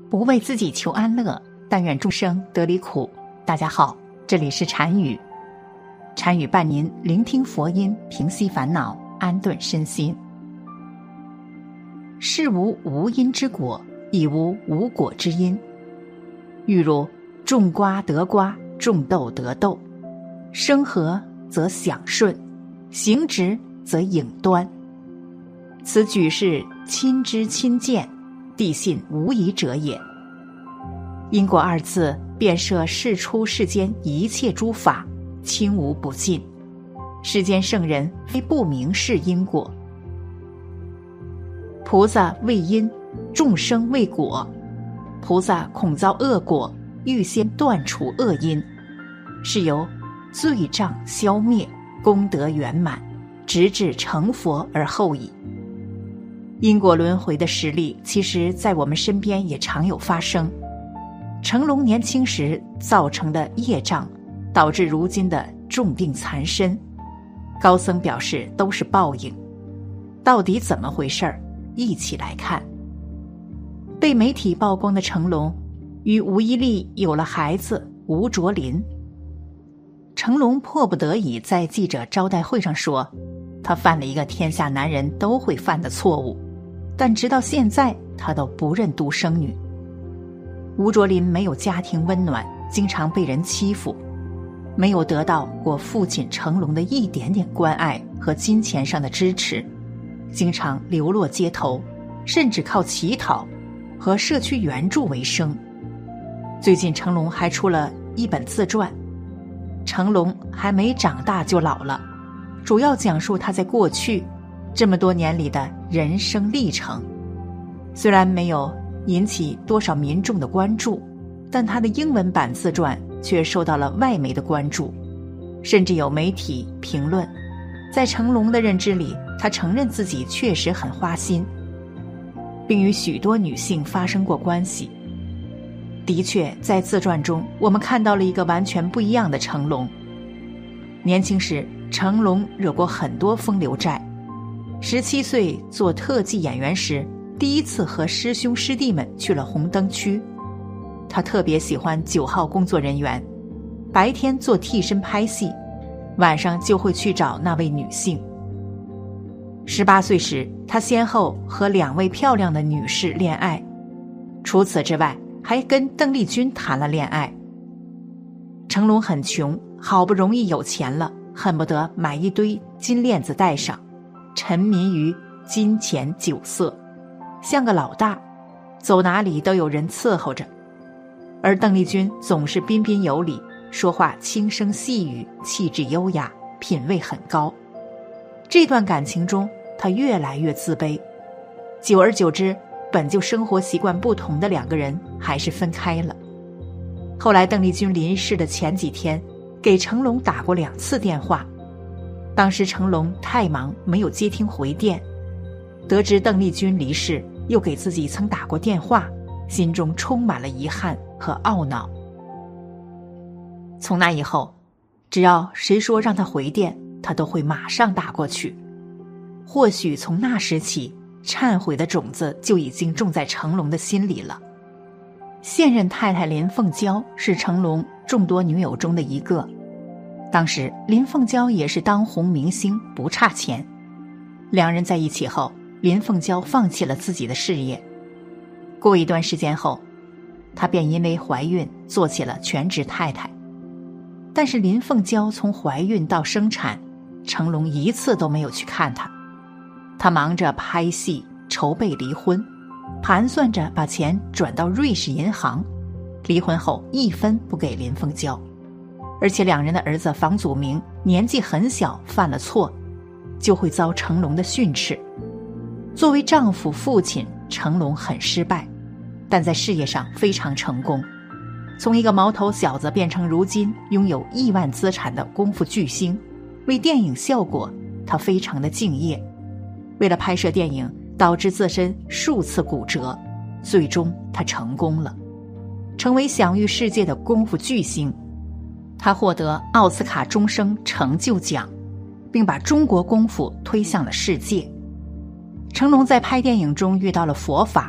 不为自己求安乐，但愿众生得离苦。大家好，这里是禅语，禅语伴您聆听佛音，平息烦恼，安顿身心。事无无因之果，亦无无果之因。欲如种瓜得瓜，种豆得豆，生和则享顺，行直则影端。此举是亲知亲见，地信无疑者也。因果二字便摄世出世间一切诸法，清无不尽。世间圣人非不明是因果。菩萨为因，众生为果。菩萨恐遭恶果，预先断除恶因，是由罪障消灭，功德圆满，直至成佛而后已。因果轮回的实例，其实在我们身边也常有发生。成龙年轻时造成的业障，导致如今的重病缠身。高僧表示都是报应。到底怎么回事儿？一起来看。被媒体曝光的成龙与吴一莉有了孩子吴卓林。成龙迫不得已在记者招待会上说，他犯了一个天下男人都会犯的错误，但直到现在他都不认独生女。吴卓林没有家庭温暖，经常被人欺负，没有得到过父亲成龙的一点点关爱和金钱上的支持，经常流落街头，甚至靠乞讨和社区援助为生。最近成龙还出了一本自传，成龙还没长大就老了，主要讲述他在过去这么多年里的人生历程。虽然没有引起多少民众的关注，但他的英文版自传却受到了外媒的关注，甚至有媒体评论，在成龙的认知里，他承认自己确实很花心，并与许多女性发生过关系。的确，在自传中我们看到了一个完全不一样的成龙。年轻时成龙惹过很多风流债，17岁做特技演员时，第一次和师兄师弟们去了红灯区。他特别喜欢9号工作人员，白天做替身拍戏，晚上就会去找那位女性。18岁时，他先后和2位漂亮的女士恋爱，除此之外还跟邓丽君谈了恋爱。成龙很穷，好不容易有钱了，恨不得买一堆金链子戴上，沉迷于金钱酒色，像个老大，走哪里都有人伺候着。而邓丽君总是彬彬有礼，说话轻声细语，气质优雅，品味很高。这段感情中，他越来越自卑，久而久之，本就生活习惯不同的2个人还是分开了。后来邓丽君离世的前几天，给成龙打过2次电话，当时成龙太忙没有接听回电，得知邓丽君离世，又给自己曾打过电话，心中充满了遗憾和懊恼。从那以后，只要谁说让他回电，他都会马上打过去。或许从那时起，忏悔的种子就已经种在成龙的心里了。现任太太林凤娇是成龙众多女友中的一个，当时林凤娇也是当红明星，不差钱。2人在一起后，林凤娇放弃了自己的事业。过一段时间后，她便因为怀孕做起了全职太太。但是林凤娇从怀孕到生产，成龙一次都没有去看她。他忙着拍戏，筹备离婚，盘算着把钱转到瑞士银行。离婚后1分不给林凤娇，而且2人的儿子房祖名年纪很小，犯了错就会遭成龙的训斥。作为丈夫父亲，成龙很失败，但在事业上非常成功，从一个毛头小子变成如今拥有亿万资产的功夫巨星。为电影效果，他非常的敬业，为了拍摄电影导致自身数次骨折，最终他成功了，成为享誉世界的功夫巨星。他获得奥斯卡终生成就奖，并把中国功夫推向了世界。成龙在拍电影中遇到了佛法，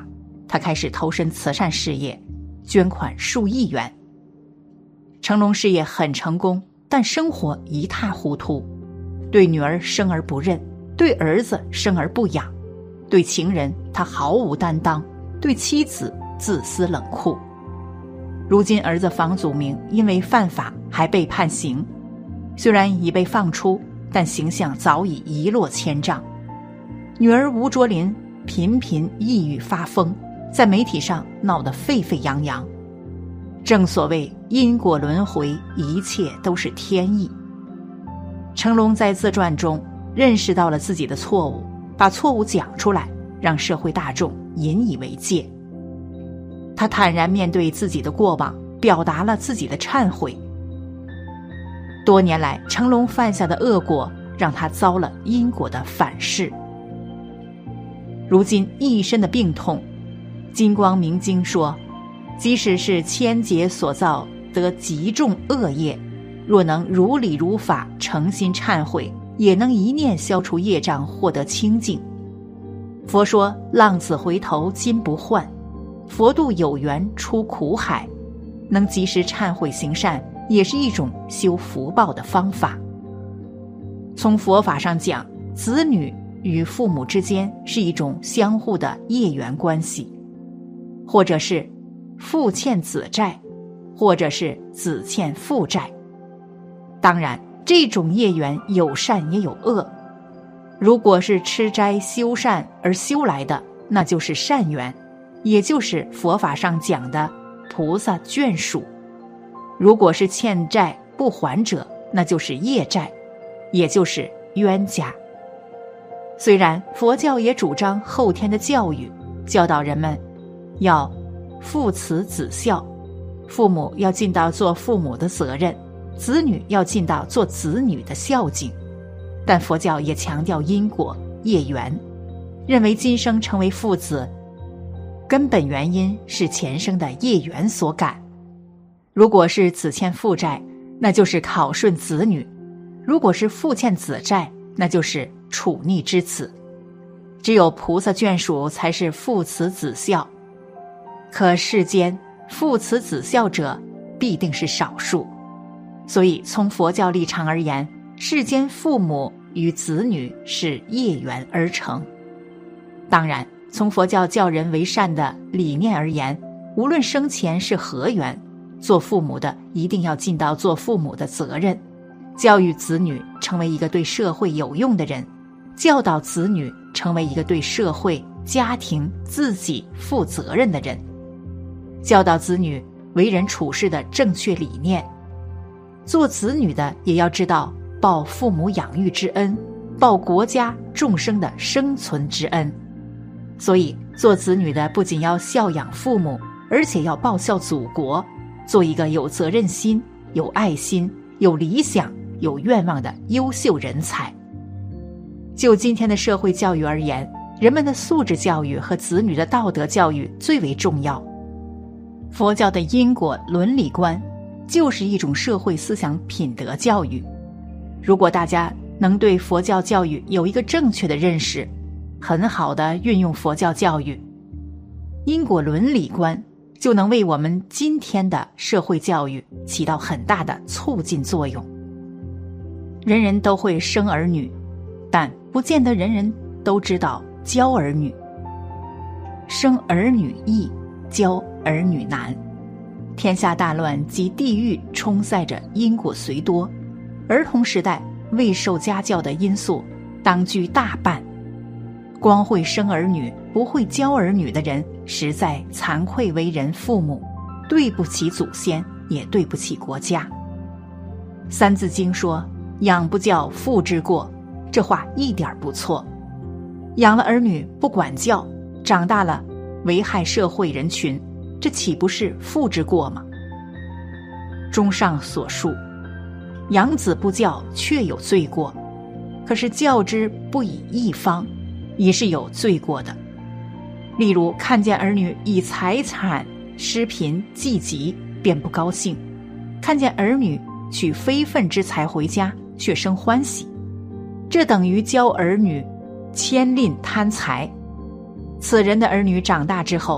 他开始投身慈善事业，捐款数亿元。成龙事业很成功，但生活一塌糊涂，对女儿生而不认，对儿子生而不养，对情人他毫无担当，对妻子自私冷酷。如今儿子房祖名因为犯法还被判刑，虽然已被放出，但形象早已一落千丈。女儿吴卓林频频抑郁发疯，在媒体上闹得沸沸扬扬。正所谓因果轮回，一切都是天意。成龙在自传中认识到了自己的错误，把错误讲出来，让社会大众引以为戒。他坦然面对自己的过往，表达了自己的忏悔。多年来，成龙犯下的恶果让他遭了因果的反噬。如今一身的病痛，金光明经说，即使是千劫所造得极重恶业，若能如理如法诚心忏悔，也能一念消除业障，获得清净。佛说浪子回头金不换，佛度有缘出苦海，能及时忏悔行善，也是一种修福报的方法。从佛法上讲，子女与父母之间是一种相互的业缘关系，或者是父欠子债，或者是子欠父债。当然，这种业缘有善也有恶，如果是吃斋修善而修来的，那就是善缘，也就是佛法上讲的菩萨眷属。如果是欠债不还者，那就是业债，也就是冤家。虽然佛教也主张后天的教育，教导人们要父慈子孝，父母要尽到做父母的责任，子女要尽到做子女的孝敬。但佛教也强调因果业缘，认为今生成为父子，根本原因是前生的业缘所感。如果是子欠父债，那就是考顺子女；如果是父欠子债，那就是处逆之子。只有菩萨眷属才是父慈子孝，可世间父慈子孝者必定是少数。所以从佛教立场而言，世间父母与子女是业缘而成。当然，从佛教教人为善的理念而言，无论生前是何缘，做父母的一定要尽到做父母的责任，教育子女成为一个对社会有用的人，教导子女成为一个对社会、家庭、自己负责任的人，教导子女为人处事的正确理念。做子女的也要知道报父母养育之恩，报国家众生的生存之恩。所以做子女的不仅要孝养父母，而且要报效祖国，做一个有责任心、有爱心、有理想、有愿望的优秀人才。就今天的社会教育而言，人们的素质教育和子女的道德教育最为重要。佛教的因果伦理观就是一种社会思想品德教育。如果大家能对佛教教育有一个正确的认识，很好的运用佛教教育，因果伦理观就能为我们今天的社会教育起到很大的促进作用。人人都会生儿女，但不见得人人都知道教儿女。生儿女易，教儿女难。天下大乱及地狱冲塞着因果随多，儿童时代未受家教的因素当居大半。光会生儿女不会教儿女的人，实在惭愧为人父母，对不起祖先，也对不起国家。三字经说养不教父之过，这话一点不错。养了儿女不管教，长大了危害社会人群，这岂不是父之过吗？综上所述，养子不教确有罪过，可是教之不以一方，也是有罪过的。例如看见儿女以财产失贫济急，便不高兴；看见儿女取非分之财回家，却生欢喜，这等于教儿女牵吝贪财。此人的儿女长大之后，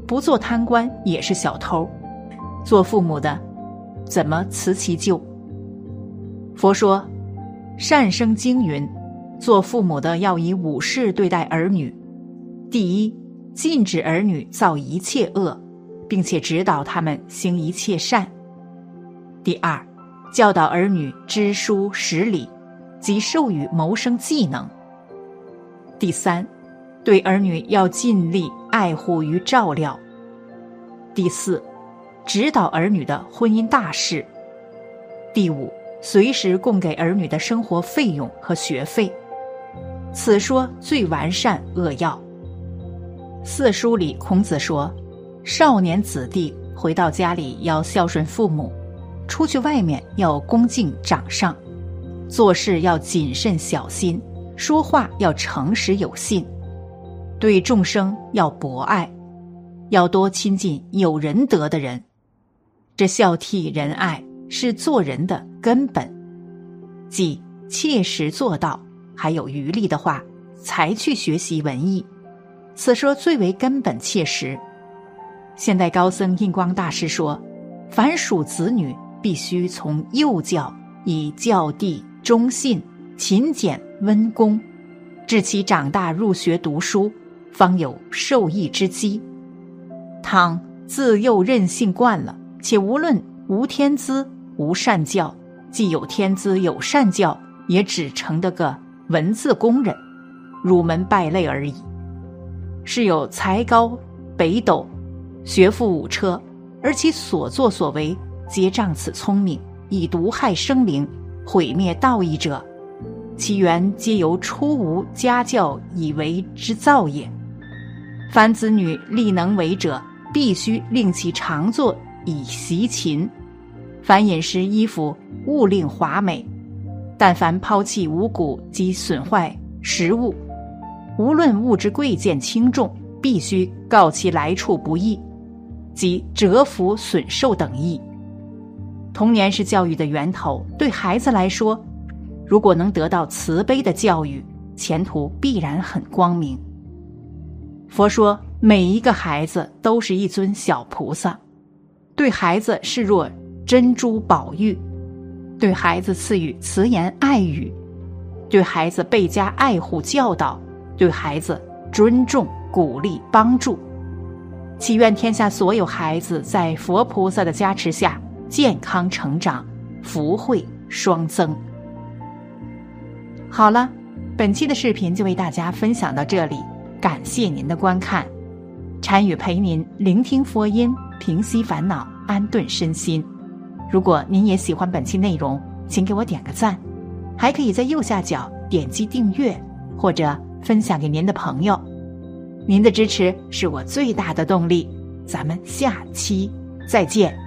不做贪官也是小偷，做父母的怎么辞其咎？佛说，善生经云，做父母的要以五事对待儿女。第一，禁止儿女造一切恶，并且指导他们行一切善。第二，教导儿女知书识礼，及授予谋生技能。第三，对儿女要尽力爱护与照料。第四，指导儿女的婚姻大事。第五，随时供给儿女的生活费用和学费。此说最完善扼要。四书里孔子说，少年子弟回到家里要孝顺父母，出去外面要恭敬长上，做事要谨慎小心，说话要诚实有信，对众生要博爱，要多亲近有仁德的人。这孝悌仁爱是做人的根本，即切实做到，还有余力的话才去学习文艺，此说最为根本切实。现代高僧印光大师说，凡属子女必须从幼教，以教弟忠信勤俭温公，至其长大入学读书，方有受益之机。倘自幼任性惯了，且无论无天资无善教，既有天资有善教，也只成得个文字工人，入门败类而已。是有才高北斗，学富五车，而其所作所为皆仗此聪明，以毒害生灵，毁灭道义者，其源皆由出无家教以为之造也。凡子女力能为者，必须令其常作以习勤。凡饮食衣服，勿令华美，但凡抛弃五谷及损坏食物，无论物之贵贱轻重，必须告其来处不易，即折服损寿等意。童年是教育的源头，对孩子来说，如果能得到慈悲的教育，前途必然很光明。佛说，每一个孩子都是一尊小菩萨，对孩子视若珍珠宝玉，对孩子赐予慈言爱语，对孩子倍加爱护教导，对孩子尊重鼓励帮助。祈愿天下所有孩子在佛菩萨的加持下健康成长，福慧双增。好了，本期的视频就为大家分享到这里，感谢您的观看。禅语陪您聆听佛音，平息烦恼，安顿身心。如果您也喜欢本期内容，请给我点个赞，还可以在右下角点击订阅，或者分享给您的朋友。您的支持是我最大的动力。咱们下期再见。